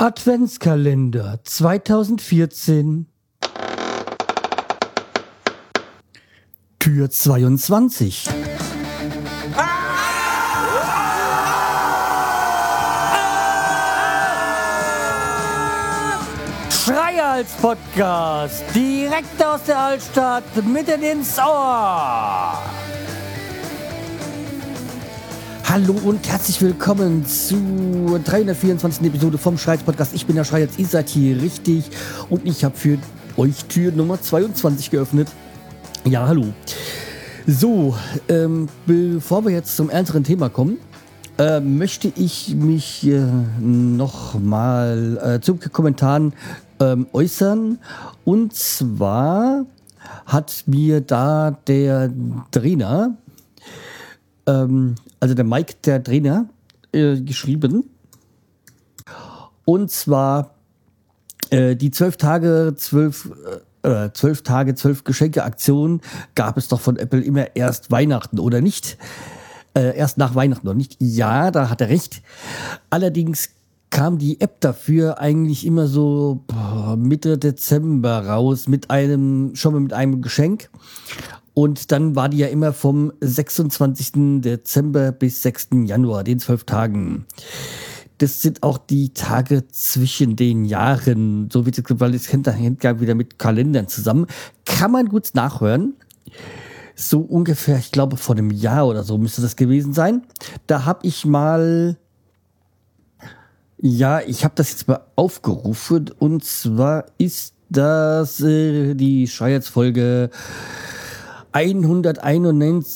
Adventskalender 2014 Tür 22. Schreihals-Podcast, direkt aus der Altstadt, mitten ins Ohr. Hallo und herzlich willkommen zur 324. Episode vom Schreihals-Podcast. Ich bin der Schreihals, ihr seid hier richtig und ich habe für euch Tür Nummer 22 geöffnet. Ja, hallo. So, bevor wir jetzt zum ernsteren Thema kommen, möchte ich mich nochmal zu Kommentaren äußern. Und zwar hat mir da der Trainer, also der Mike, der Trainer, geschrieben. Und zwar die 12 Tage 12 Geschenke Aktion gab es doch von Apple immer erst Weihnachten, oder nicht? Erst nach Weihnachten, oder nicht? Ja, da hat er recht. Allerdings kam die App dafür eigentlich immer so Mitte Dezember raus schon mal mit einem Geschenk. Und dann war die ja immer vom 26. Dezember bis 6. Januar, den 12 Tagen. Das sind auch die Tage zwischen den Jahren, so wird es, weil es hängt ja wieder mit Kalendern zusammen. Kann man gut nachhören. So ungefähr, ich glaube, vor einem Jahr oder so müsste das gewesen sein. Da habe ich mal, ich habe das jetzt mal aufgerufen. Und zwar ist das die Schreihals-Folge 191,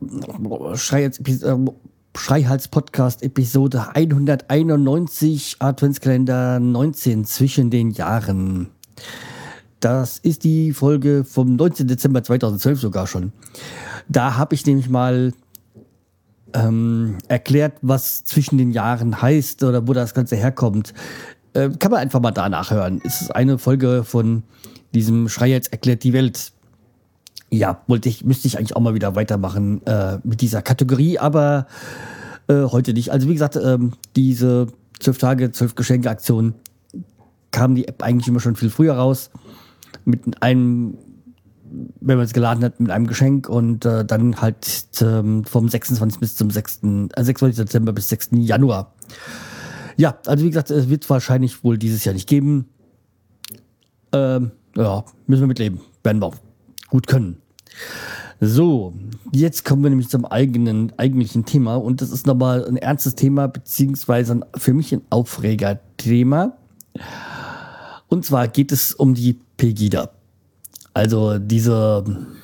Schreihals-Podcast Episode 191, Adventskalender 19 zwischen den Jahren. Das ist die Folge vom 19. Dezember 2012 sogar schon. Da habe ich nämlich mal erklärt, was zwischen den Jahren heißt oder wo das Ganze herkommt. Kann man einfach mal da nachhören. Es ist eine Folge von diesem Schreihals erklärt die Welt. Ja, müsste ich eigentlich auch mal wieder weitermachen mit dieser Kategorie, aber heute nicht. Also wie gesagt, diese 12 Tage, 12 Geschenke Aktion kam die App eigentlich immer schon viel früher raus. Mit einem, wenn man es geladen hat, mit einem Geschenk und dann halt vom 26. bis zum 26. Dezember bis 6. Januar. Ja, also wie gesagt, es wird wahrscheinlich wohl dieses Jahr nicht geben. Müssen wir mitleben. Werden wir auch gut können. So, jetzt kommen wir nämlich zum eigentlichen Thema und das ist nochmal ein ernstes Thema, beziehungsweise für mich ein Aufregerthema. Und zwar geht es um die Pegida. Also diese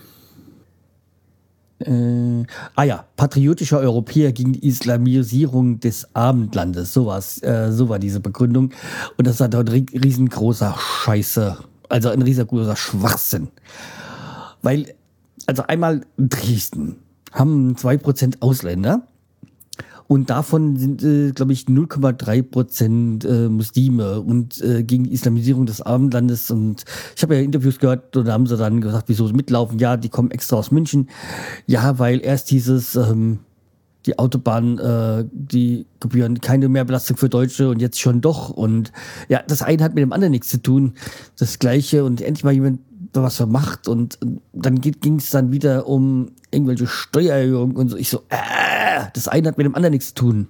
patriotischer Europäer gegen die Islamisierung des Abendlandes. So war diese Begründung. Und das ist halt ein riesengroßer Scheiße. Also ein riesengroßer Schwachsinn. Weil, also einmal Dresden haben 2% Ausländer und davon sind, glaube ich, 0,3% Muslime und gegen die Islamisierung des Abendlandes. Und ich habe ja Interviews gehört und da haben sie dann gesagt, wieso sie mitlaufen. Ja, die kommen extra aus München. Ja, weil erst die Autobahn, die Gebühren keine Mehrbelastung für Deutsche und jetzt schon doch. Und ja, das eine hat mit dem anderen nichts zu tun. Das Gleiche und endlich mal jemand was er macht und dann ging es dann wieder um irgendwelche Steuererhöhungen und so. Ich so, das eine hat mit dem anderen nichts zu tun.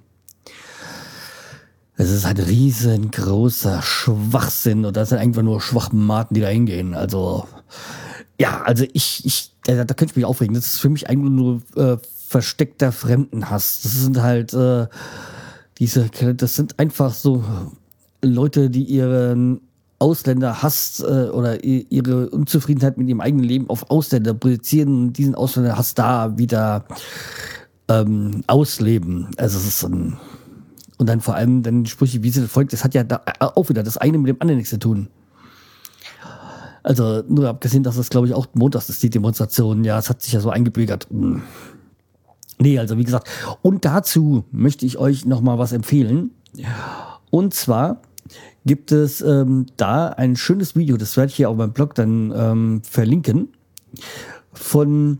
Es ist ein riesengroßer Schwachsinn und das sind einfach nur Schwachmaten, die da hingehen. Also, ja, also da könnte ich mich aufregen. Das ist für mich eigentlich nur versteckter Fremdenhass. Das sind halt das sind einfach so Leute, die ihren Ausländer Hass oder ihre Unzufriedenheit mit ihrem eigenen Leben auf Ausländer projizieren und diesen Ausländerhass da wieder ausleben. Also es ist und dann vor allem dann Sprüche, wie sie folgt, das hat ja da auch wieder das eine mit dem anderen nichts zu tun. Also nur abgesehen, dass das glaube ich auch montags ist, die Demonstration. Ja, es hat sich ja so eingebürgert. Nee, also wie gesagt. Und dazu möchte ich euch nochmal was empfehlen. Und zwar gibt es da ein schönes Video, das werde ich hier auf meinem Blog dann verlinken, von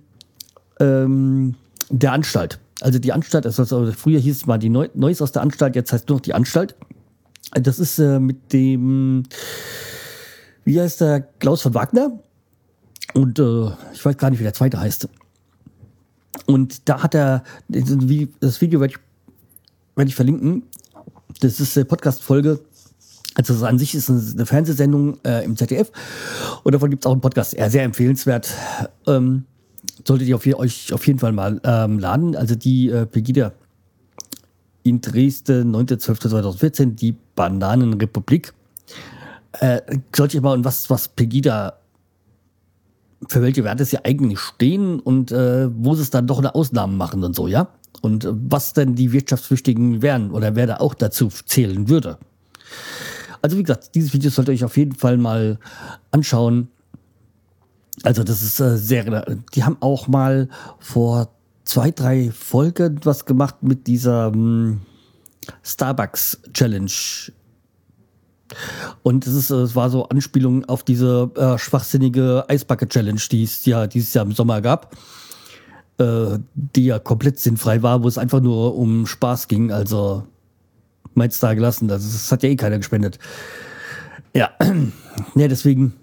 der Anstalt. Also die Anstalt, früher hieß es mal die Neues aus der Anstalt, jetzt heißt nur noch die Anstalt. Das ist mit dem, wie heißt der, Klaus von Wagner. Und ich weiß gar nicht, wie der zweite heißt. Und da hat er, das Video werde ich verlinken. Das ist eine Podcast-Folge. Also an sich ist es eine Fernsehsendung im ZDF. Und davon gibt es auch einen Podcast. Sehr empfehlenswert. Solltet ihr euch auf jeden Fall mal laden. Also die Pegida in Dresden, 9.12.2014, die Bananenrepublik. Sollte ich mal, und was Pegida, für welche Werte sie eigentlich stehen und wo sie es dann doch eine Ausnahme machen und so, ja? Und was denn die Wirtschaftsflüchtigen wären oder wer da auch dazu zählen würde. Also wie gesagt, dieses Video solltet ihr euch auf jeden Fall mal anschauen. Also das ist die haben auch mal vor 2-3 Folgen was gemacht mit dieser Starbucks Challenge. Und es war so Anspielung auf diese schwachsinnige Eisbucket Challenge, die es ja dieses Jahr im Sommer gab, die ja komplett sinnfrei war, wo es einfach nur um Spaß ging. Also meins da gelassen. Also das hat ja eh keiner gespendet. Ja, ja, deswegen,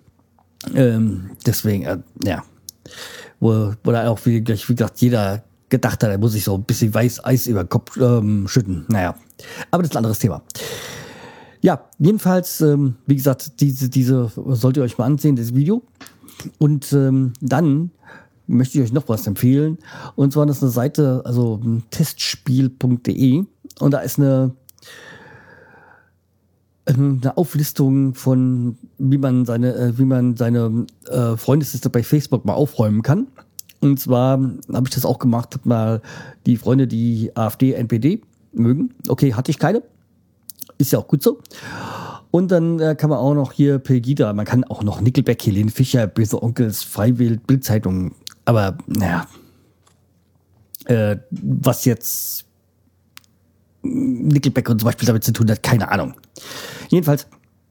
ja, wo da auch wie gesagt jeder gedacht hat, er muss sich so ein bisschen weiß Eis über den Kopf schütten. Naja, aber das ist ein anderes Thema. Ja, jedenfalls, wie gesagt, diese sollt ihr euch mal ansehen, das Video. Und dann möchte ich euch noch was empfehlen. Und zwar, das ist eine Seite, also testspiel.de. Und da ist eine Auflistung von, wie man seine Freundesliste bei Facebook mal aufräumen kann. Und zwar habe ich das auch gemacht, hab mal die Freunde, die AfD, NPD mögen. Okay, hatte ich keine. Ist ja auch gut so. Und dann kann man auch noch hier Pegida, man kann auch noch Nickelback, Helene Fischer, Böse Onkels, Freiwild, Bildzeitung. Aber naja, was jetzt Nickelback und zum Beispiel damit zu tun hat, keine Ahnung. Jedenfalls,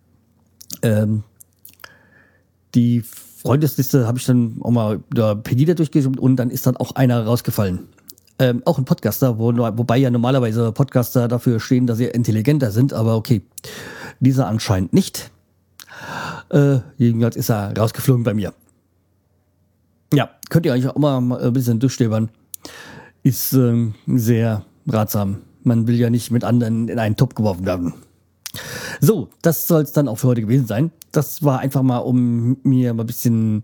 die Freundesliste habe ich dann auch mal Pegida durchgesucht und dann ist dann auch einer rausgefallen. Auch ein Podcaster, wobei ja normalerweise Podcaster dafür stehen, dass sie intelligenter sind, aber okay, dieser anscheinend nicht. Jedenfalls ist er rausgeflogen bei mir. Ja, könnt ihr eigentlich auch mal ein bisschen durchstöbern. Ist sehr ratsam. Man will ja nicht mit anderen in einen Topf geworfen werden. So, das soll es dann auch für heute gewesen sein. Das war einfach mal, um mir mal ein bisschen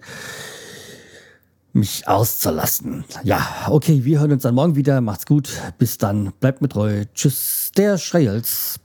mich auszulassen. Ja, okay, wir hören uns dann morgen wieder. Macht's gut. Bis dann. Bleibt mir treu. Tschüss, der Schreihals.